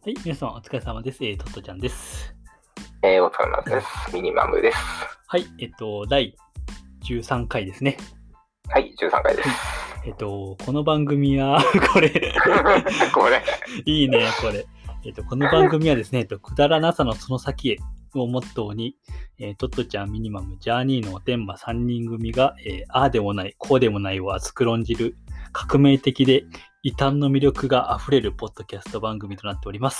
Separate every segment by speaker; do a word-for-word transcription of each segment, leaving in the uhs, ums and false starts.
Speaker 1: はい、皆さんお疲れ様です。えー、トットちゃんです。
Speaker 2: えー、お疲れ様です。ミニマムです。
Speaker 1: はい、えっと、だいじゅうさんかいですね。
Speaker 2: はい、じゅうさんかいです。
Speaker 1: えっと、この番組は、これ、
Speaker 2: これ。
Speaker 1: いいね、これ。えっと、この番組はですね、えっと、くだらなさのその先へをモットーに、えー、トットちゃん、ミニマム、ジャーニーのおてんばさんにん組が、えー、ああでもない、こうでもないを熱く論じる、革命的で異端の魅力があふれるポッドキャスト番組となっております。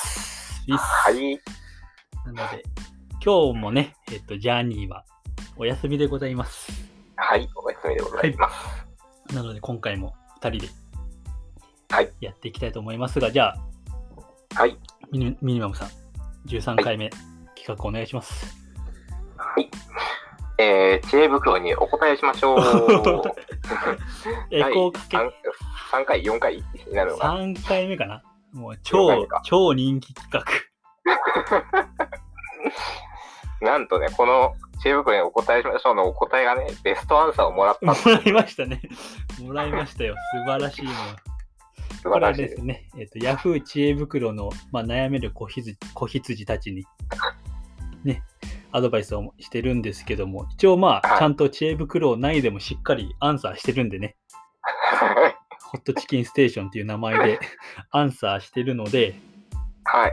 Speaker 2: はい。
Speaker 1: なので、今日もね、えっと、ジャーニーはお休みでございます。
Speaker 2: はい、お休みでございます。は
Speaker 1: い、なので、今回もふたりでやっていきたいと思いますが、
Speaker 2: はい、
Speaker 1: じゃあ、
Speaker 2: はい、
Speaker 1: ミニ、ミニマムさん、じゅうさんかいめ、はい、企画お願いします。
Speaker 2: はい。えー、知恵袋にお答えしましょう。
Speaker 1: エコーかけ
Speaker 2: さんかい、よんかいになるのかな。
Speaker 1: さんかいめかな。もう超、超人気企画。
Speaker 2: なんとね、この知恵袋にお答えしましょうのお答えがね、ベストアンサーをもらった。
Speaker 1: もらいましたね。もらいましたよ。素晴らしいの。
Speaker 2: 素晴らしい
Speaker 1: これですね、えっと、ヤフー知恵袋の、まあ、悩める子羊、子羊たちに、ね、アドバイスをしてるんですけども、一応まあ、はい、ちゃんと知恵袋内でもしっかりアンサーしてるんでね、ホットチキンステーションっていう名前でアンサーしてるので、
Speaker 2: はい。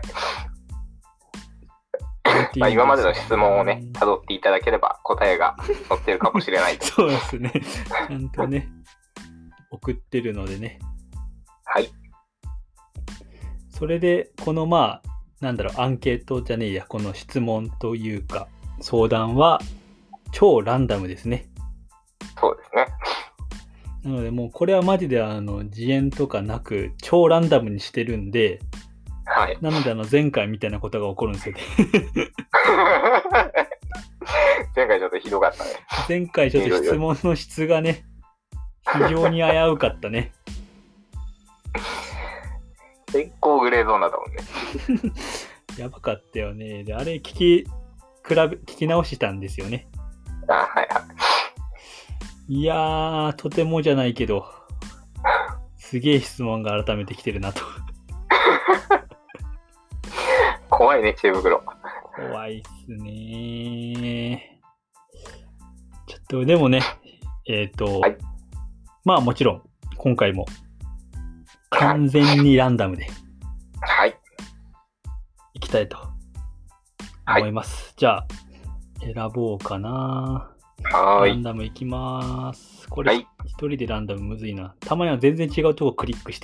Speaker 2: まあ、今までの質問をね、辿っていただければ答えが載ってるかもしれないと。
Speaker 1: そうですね。ちゃんとね、送ってるのでね。
Speaker 2: はい。
Speaker 1: それで、このまあ、なんだろう、アンケートじゃねえや、この質問というか、相談は超ランダムですね。
Speaker 2: そうですね。
Speaker 1: なので、もうこれはマジであの、自演とかなく、超ランダムにしてるんで、
Speaker 2: はい。
Speaker 1: なので、あの、前回みたいなことが起こるんですよね。
Speaker 2: 前回ちょっとひどかったね。
Speaker 1: 前回ちょっと質問の質がね、非常に危うかったね。
Speaker 2: 結構グレーゾーンだったもんね。
Speaker 1: やばかったよね。で、あれ聞き、比べ、聞き直したんですよね。
Speaker 2: あ、はいはい。
Speaker 1: いやー、とてもじゃないけど、すげえ質問が改めてきてるなと。
Speaker 2: 怖いね、知恵袋。
Speaker 1: 怖いっすね。ちょっと、でもね、えっと、はい、まあもちろん、今回も、完全にランダムで、
Speaker 2: はい。
Speaker 1: いきたいと思います。はい、じゃあ、選ぼうかな。
Speaker 2: はい。
Speaker 1: ランダムいきます。これ、一、はい、人でランダムむずいな。たまには全然違うとこクリックして。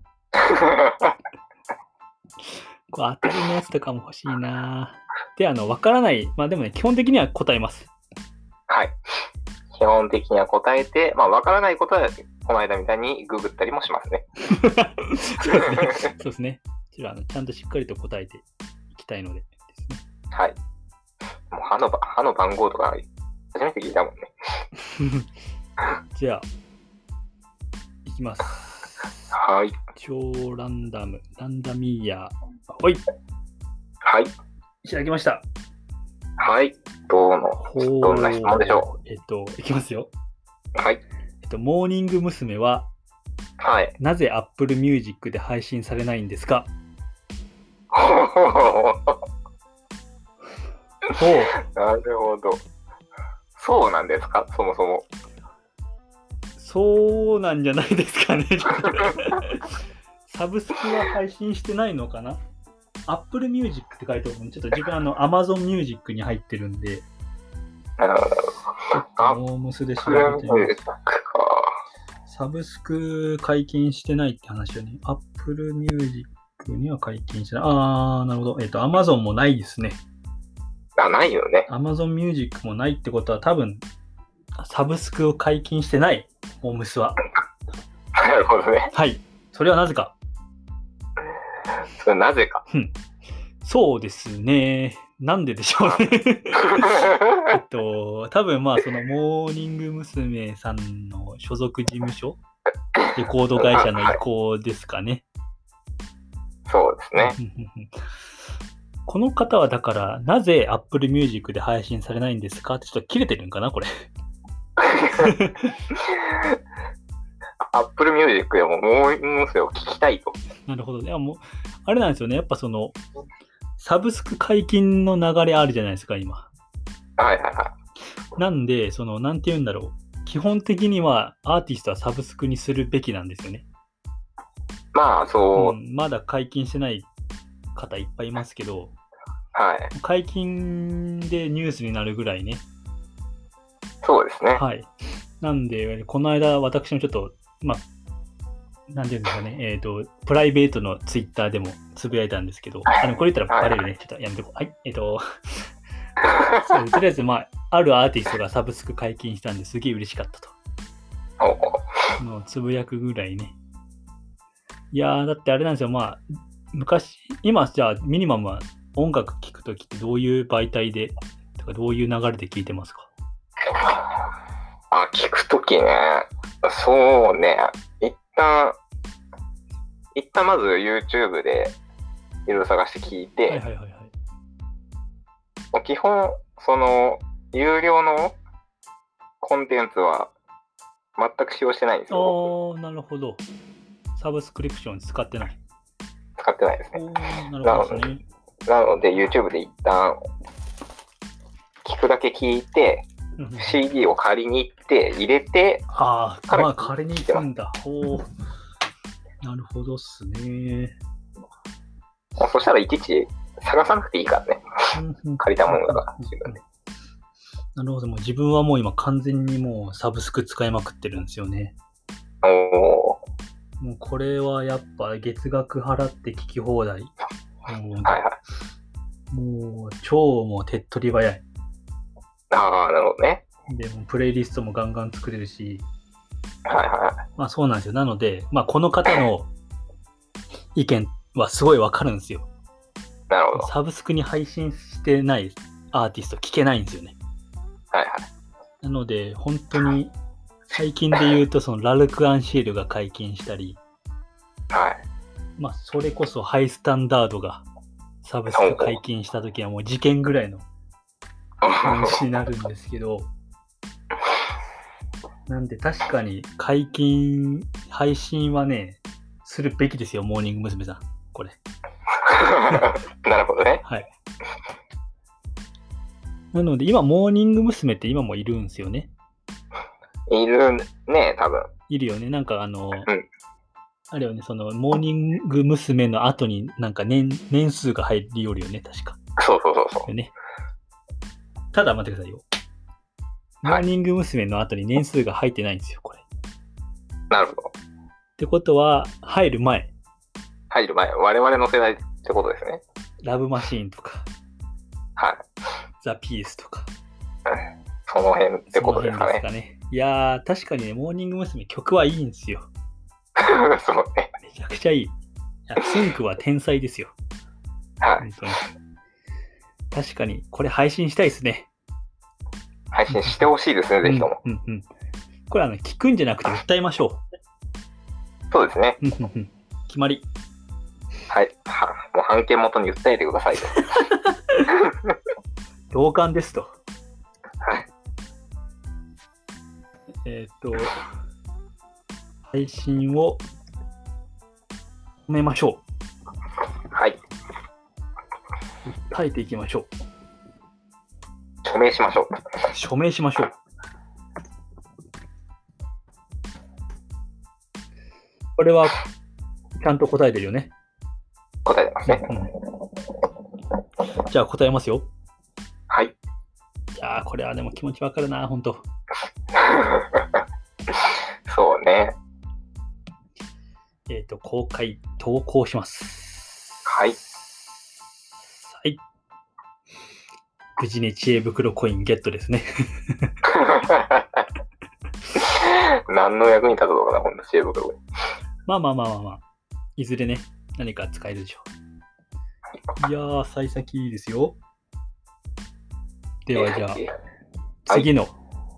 Speaker 1: こう当たりのやつとかも欲しいな。で、あの、わからない。まあでもね、基本的には答えます。
Speaker 2: はい。基本的には答えて、まあわからないことは、この間みたいにググったりもしますね。
Speaker 1: そうですね。そうですね。ちあのちゃんとしっかりと答えていきたいのでですね。
Speaker 2: はい。もう歯の、歯の番号とか初めて聞いたもんね。
Speaker 1: じゃあ、いきます。
Speaker 2: はい。
Speaker 1: 超ランダム、ランダミーヤー。はい。
Speaker 2: はい。
Speaker 1: いただきました。
Speaker 2: はい。どうの、どんな質問でしょ
Speaker 1: う。えっと、いきますよ。
Speaker 2: はい。
Speaker 1: えっと、モーニング娘。は、
Speaker 2: はい。
Speaker 1: なぜ Apple Music で配信されないんですか？
Speaker 2: ほう。なるほど。そうなんですか？そもそも。
Speaker 1: そうなんじゃないですかね。サブスクは配信してないのかな？ Apple Music って書いてあるのに、ちょっと自分あの Amazon Music に入ってるんで、
Speaker 2: なるほど。
Speaker 1: モームスで調べてみます。サブスク解禁してないって話よね。Apple Music には解禁してない。あー、なるほど。えっと、Amazon もないですね。
Speaker 2: あ、ないよね。
Speaker 1: Amazon Music もないってことは多分、サブスクを解禁してない、モームスは。
Speaker 2: なるほどね。
Speaker 1: はい。それはなぜか。
Speaker 2: それはなぜか。
Speaker 1: そうですね。なんででしょうね。えっと、多分まあ、そのモーニング娘。さんの所属事務所、レコード会社の意向ですかね。
Speaker 2: そうですね。
Speaker 1: この方はだから、なぜ Apple Music で配信されないんですかってちょっと切れてるんかな、これ。
Speaker 2: Apple Music でもモーニング娘。を聞きたいと。
Speaker 1: なるほどね。もうあれなんですよね。やっぱその、サブスク解禁の流れあるじゃないですか、今。
Speaker 2: はいはいは
Speaker 1: なんで、その、なんて言うんだろう。基本的にはアーティストはサブスクにするべきなんですよね。
Speaker 2: い。まあ、そう、
Speaker 1: うん、まだ解禁してない方いっぱいいますけど、
Speaker 2: はい。
Speaker 1: 解禁でニュースになるぐらいね。
Speaker 2: そうですね。
Speaker 1: はい。なんで、この間、私もちょっと、まあ、なんていうんですかね、えっ、と、プライベートのツイッターでもつぶやいたんですけど、あのこれ言ったらバレるね。ちょっとやめてこう。はい。えっ、と、そうとりあえず、まあ、あるアーティストがサブスク解禁したんですげえ嬉しかったと。
Speaker 2: おう
Speaker 1: のつぶやくぐらいね。いやー、だってあれなんですよ、まあ、昔、今、じゃあ、ミニマムは音楽聴くときってどういう媒体で、とかどういう流れで聴いてますか？
Speaker 2: あ、聞くときね。そうね。一旦、一旦まず YouTube でいろいろ探して聞いて、
Speaker 1: はいはいはいはい。
Speaker 2: もう基本、その、有料のコンテンツは全く使用してないんですよ。
Speaker 1: あー、なるほど。サブスクリプション使ってない。
Speaker 2: 使ってないですね。
Speaker 1: おー、なるほどですね。
Speaker 2: なので YouTube で一旦聞くだけ聞いて シーディー を借りに行って入れて、
Speaker 1: ああ、まあ借りに行くんだ。おー、なるほどっすね。
Speaker 2: そしたらいちいち探さなくていいからね。借りたものだから自分で。
Speaker 1: なるほど。もう自分はもう今完全にもうサブスク使いまくってるんですよね。
Speaker 2: おー。
Speaker 1: もうこれはやっぱ月額払って聞き放題。もう、
Speaker 2: はいはい、
Speaker 1: もう超もう手っ取り早い。
Speaker 2: ああ、なるほどね。
Speaker 1: でもプレイリストもガンガン作れるし。
Speaker 2: はいはい。
Speaker 1: まあそうなんですよ。なので、まあこの方の意見はすごいわかるんですよ。
Speaker 2: なるほど。
Speaker 1: サブスクに配信してないアーティスト聞けないんですよね。
Speaker 2: はいはい。
Speaker 1: なので、本当に最近で言うと、そのラルク・アンシエルが解禁したり、
Speaker 2: はい。
Speaker 1: まあ、それこそハイスタンダードがサブスク解禁したときはもう事件ぐらいの話になるんですけど、なんで確かに解禁、配信はね、するべきですよ、モーニング娘。さん。これ。
Speaker 2: なるほどね。
Speaker 1: はい。なので、今、モーニング娘。って今もいるんですよね。
Speaker 2: いるね、多分。
Speaker 1: いるよね。なんかあの、
Speaker 2: うん、
Speaker 1: あれよね、その、モーニング娘。の後になんか 年, 年数が入りよるよね、確か。
Speaker 2: そうそうそうそう。
Speaker 1: ね、ただ待ってくださいよ。モーニング娘。の後に年数が入ってないんですよ、これ。
Speaker 2: なるほど。
Speaker 1: ってことは、入る前。
Speaker 2: 入る前、我々の世代ってことですね。
Speaker 1: ラブマシーンとか。
Speaker 2: はい。
Speaker 1: ザ・ピースとか。
Speaker 2: その辺ってことですかね。
Speaker 1: その辺ですかね。いやー、確かにね、モーニング娘。曲はいいんですよ。
Speaker 2: そうね。
Speaker 1: めちゃくちゃいい。いや、つんくは天才ですよ。
Speaker 2: はい。
Speaker 1: 本当に。確かに、これ配信したいですね。
Speaker 2: 配信してほしいですね、ぜひとも。
Speaker 1: うんうんうん。これあの、聞くんじゃなくて歌いましょ
Speaker 2: う。そうですね。
Speaker 1: 決まり。
Speaker 2: はい。はもう判件元に訴えてくださいと。
Speaker 1: 同感ですと。
Speaker 2: はい。
Speaker 1: えっと、配信を止めましょ
Speaker 2: う。はい。
Speaker 1: 訴えていきましょう。
Speaker 2: 署名しましょう。
Speaker 1: 署名しましょう。これは、ちゃんと答えてるよね。
Speaker 2: 答えてますね。
Speaker 1: うん、じゃあ答えますよ。
Speaker 2: はい。
Speaker 1: いやー、これはでも気持ちわかるな、ほんと。
Speaker 2: そうね。
Speaker 1: えっと、公開、投稿します。
Speaker 2: はい。
Speaker 1: はい。無事に知恵袋コインゲットですね。
Speaker 2: 何の役に立つのかな、ほんと知恵袋。
Speaker 1: まあまあまあまあまあ。いずれね、何か使えるでしょう。いやー、幸先いいですよ。ではじゃあ、えー、次の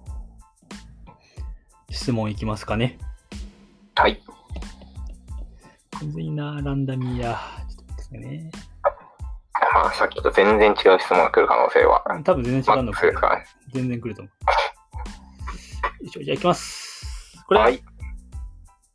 Speaker 1: 質問いきますかね。
Speaker 2: はい。
Speaker 1: むずいな、ランダミーや。ちょっと待ってね。
Speaker 2: まあ、さっきと全然違う質問が来る可能性は。
Speaker 1: 多分全然違うの
Speaker 2: か、まあね、
Speaker 1: 全然来ると思う。よいしょ、じゃあいきます。これ、はい、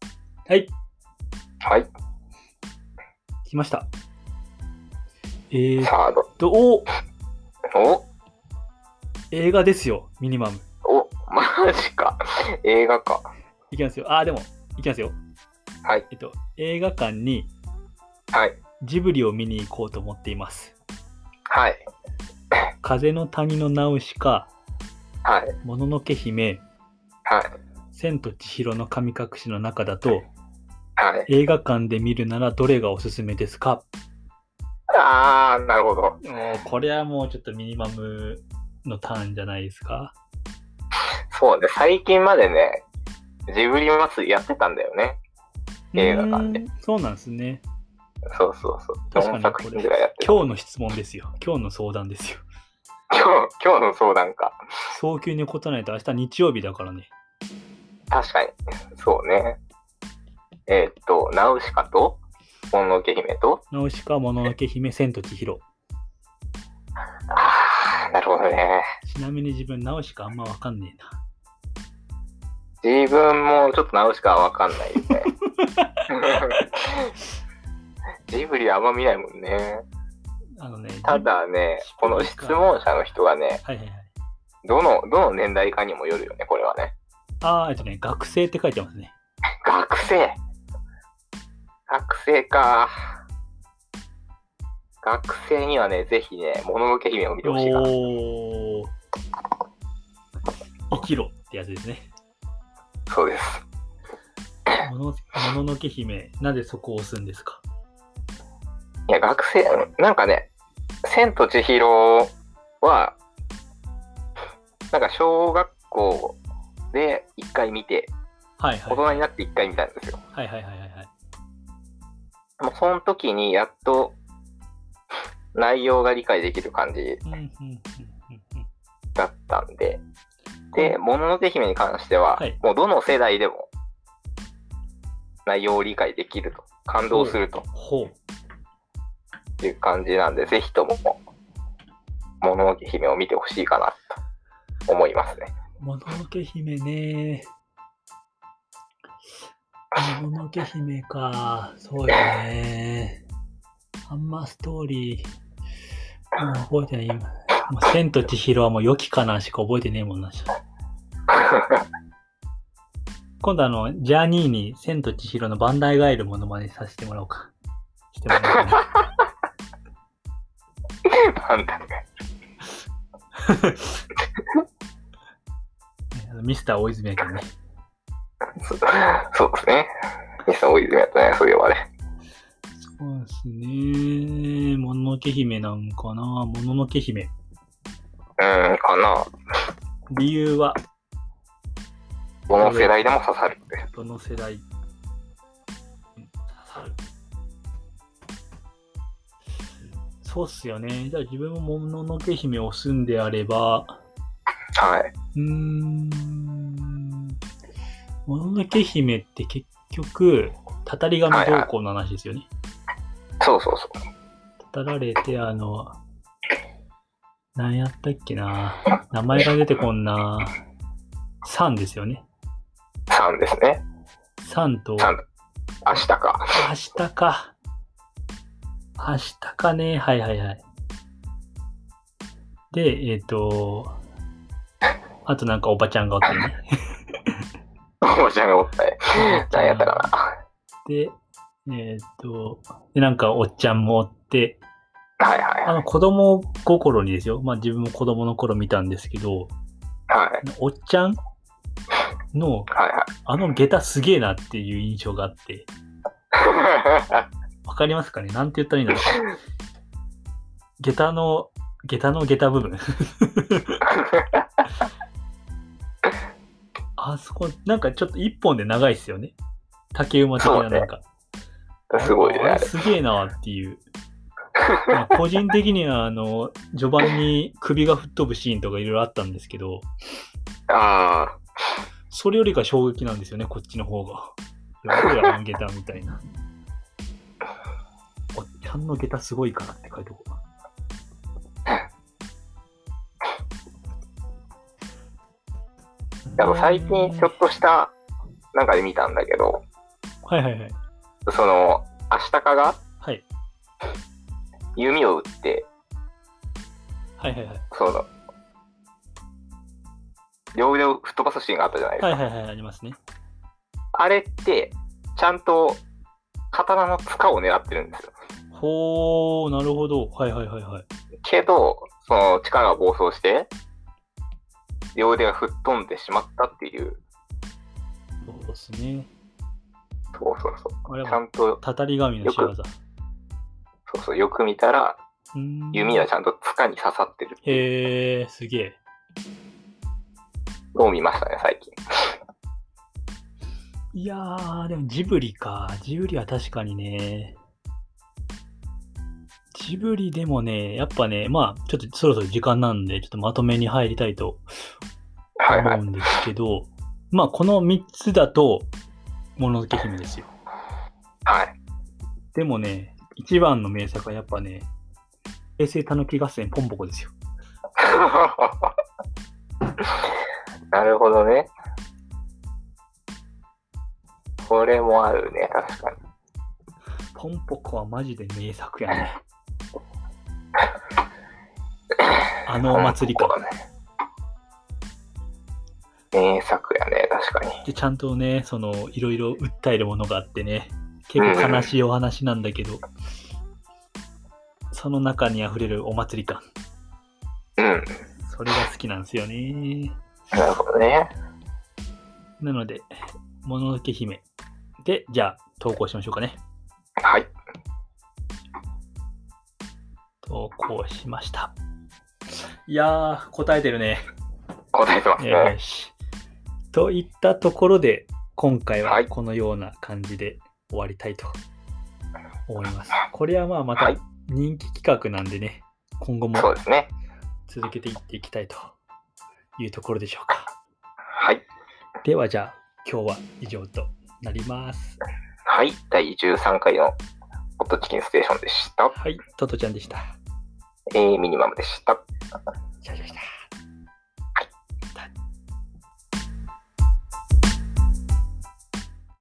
Speaker 1: はい。
Speaker 2: はい。
Speaker 1: 来ました。えー、
Speaker 2: さあ、ど、
Speaker 1: と、お
Speaker 2: お
Speaker 1: 映画ですよ、ミニマム。
Speaker 2: お、マジか。映画か。
Speaker 1: いきますよ。あー、でも、いきますよ。
Speaker 2: はい。
Speaker 1: えっと、映画館に
Speaker 2: はい。
Speaker 1: ジブリを見に行こうと思っています。
Speaker 2: はい。
Speaker 1: 風の谷のナウシカ、
Speaker 2: はい。
Speaker 1: もののけ姫、
Speaker 2: はい。
Speaker 1: 千と千尋の神隠しの中だと、
Speaker 2: はい。
Speaker 1: 映画館で見るならどれがおすすめですか？
Speaker 2: あー、なるほど。
Speaker 1: もうこれはもうちょっとミニマムのターンじゃないですか。
Speaker 2: そうね、最近までね、ジブリ祭りやってたんだよね。映画館で。
Speaker 1: そうなんですね。
Speaker 2: そうそうそう。
Speaker 1: 確かにこれ、今日の質問ですよ。今日の相談ですよ。
Speaker 2: 今日、今日の相談か。
Speaker 1: 早急に答えないと明日日曜日だからね。
Speaker 2: 確かに。そうね。えー、っと、ナウシカと、もののけ姫と、
Speaker 1: ナウシカ、もののけ姫、千と千尋。
Speaker 2: あー、なるほどね。
Speaker 1: ちなみに自分、ナウシカあんまわかんねえな。
Speaker 2: 自分もちょっとナウシカはわかんないよね。ジブリあんま見ないもんね。
Speaker 1: あのね、
Speaker 2: ただね、この質問者の人がね、
Speaker 1: はいはいはい。
Speaker 2: どの、どの年代かにもよるよね、これはね。
Speaker 1: あー、えっとね、学生って書いてますね。
Speaker 2: 学生学生か。学生にはね、ぜひね、もののけ姫を見てほしいかな。
Speaker 1: おー。生きろってやつですね。
Speaker 2: そうです。
Speaker 1: もの、もののけ姫、なぜそこを押すんですか？
Speaker 2: いや、学生、なんかね、千と千尋は、なんか小学校で一回見て、
Speaker 1: はいはい、
Speaker 2: 大人になって一回見たんですよ。
Speaker 1: はいはいはいはいはい。
Speaker 2: もうその時にやっと内容が理解できる感じだったんで、で、もののけ姫に関しては、はい、もうどの世代でも内容を理解できると、感動すると。
Speaker 1: ほう。
Speaker 2: っていう感じなんで、ぜひとも、もののけ姫を見てほしいかなと思いますね。
Speaker 1: もののけ姫ね。もののけ姫か。そうよね。あんまストーリー、もう覚えてない。もう千と千尋はもう良きかなしか覚えてねえもんな。今度あの、ジャーニーに千と千尋のバンダイガエルモノマネさせてもらおうか。してもらおうかな。
Speaker 2: なんだね。
Speaker 1: ミスター大泉やけどね。
Speaker 2: そ, そうですね。ミスター大泉やったね、そういえばね。
Speaker 1: そうですね。もののけ姫なんかな。もののけ姫。
Speaker 2: うーん、かな。
Speaker 1: 理由は
Speaker 2: どの世代でも刺さる。
Speaker 1: どの世代刺さる。そうっすよね。じゃあ自分ももののけ姫を押すんであれば、
Speaker 2: はい。
Speaker 1: うーん。もののけ姫って結局、たたり神どうこうの話ですよね。
Speaker 2: はいはい、そうそうそう。
Speaker 1: たたられて、あの、何やったっけな。名前が出てこんな。サンですよね。
Speaker 2: サンですね。
Speaker 1: サンと、
Speaker 2: サン。明日か。
Speaker 1: 明日か。明日かね。はいはいはい。で、えっと、あとなんかおばちゃんがおってね。
Speaker 2: おばちゃんがおったね。何やったかな。
Speaker 1: で、えっと、で、なんかおっちゃんもおって、
Speaker 2: はいはいはい。
Speaker 1: あの子供心にですよ。まあ自分も子供の頃見たんですけど、
Speaker 2: はい。
Speaker 1: おっちゃんの、
Speaker 2: はいはい、
Speaker 1: あの下駄すげえなっていう印象があって。わかりますかね？なんて言ったらいいんだろう。下駄の、下駄の下駄部分。あそこ、なんかちょっと一本で長いっすよね。竹馬的ななんか。
Speaker 2: ね、すごいね。
Speaker 1: あれすげえなっていう。まあ、個人的には、あの、序盤に首が吹っ飛ぶシーンとかいろいろあったんですけど、
Speaker 2: ああ。
Speaker 1: それよりか衝撃なんですよね、こっちの方が。やばいやん、下駄みたいな。おっちゃんの下駄すごいからって書いておこう。
Speaker 2: あの最近ちょっとしたなんかで見たんだけど、
Speaker 1: はいはいはい。
Speaker 2: その、アシタカが、
Speaker 1: はい。
Speaker 2: 弓を打って、
Speaker 1: はいはいはい。
Speaker 2: その、両腕を吹っ飛ばすシーンがあったじゃないですか。
Speaker 1: はいはいはい、ありますね。
Speaker 2: あれって、ちゃんと、刀の塚を狙ってるんですよ。
Speaker 1: ほー、なるほど。はいはいはいはい。
Speaker 2: けど、その力が暴走して、両腕が吹っ飛んでしまったっていう。
Speaker 1: そうですね。
Speaker 2: そうそうそう。
Speaker 1: あれ
Speaker 2: ちゃんと、
Speaker 1: たたり神の仕業。
Speaker 2: そうそう、よく見たら、弓はちゃんと塚に刺さってるっていう。
Speaker 1: へー、すげえ。
Speaker 2: を見ましたね、最近。
Speaker 1: いやー、でもジブリか。ジブリは確かにね。ジブリでもね、やっぱね、まあ、ちょっとそろそろ時間なんで、ちょっとまとめに入りたいと思うんですけど、はいはい、まあ、このみっつだと、もののけ姫ですよ。
Speaker 2: はい。
Speaker 1: でもね、一番の名作はやっぱね、平成たぬき合戦ポンポコですよ。
Speaker 2: なるほどね。これもあるね、確かに。
Speaker 1: ポンポコはマジで名作やね。あのお祭りか。ね、
Speaker 2: 名作やね、確かに。
Speaker 1: で、ちゃんとね、その、いろいろ訴えるものがあってね、結構悲しいお話なんだけど、うん、その中にあふれるお祭り感。
Speaker 2: うん。
Speaker 1: それが好きなんですよね。
Speaker 2: なるほどね。
Speaker 1: なので、もののけ姫で、じゃあ、投稿しましょうかね。
Speaker 2: はい。
Speaker 1: 投稿しました。いやー、答えてるね。
Speaker 2: 答えてますね。
Speaker 1: よし。といったところで、今回はこのような感じで終わりたいと思います。はい、これはまあまた人気企画なんでね、今後も続けていっていきたいというところでしょうか。
Speaker 2: はい。
Speaker 1: ではじゃあ、今日は以上となります。
Speaker 2: はい。だいじゅうさんかいのホットチキンステーションでした。
Speaker 1: はい。トトちゃんでした。
Speaker 2: えー、ミニマムでした。
Speaker 1: じゃあじゃあ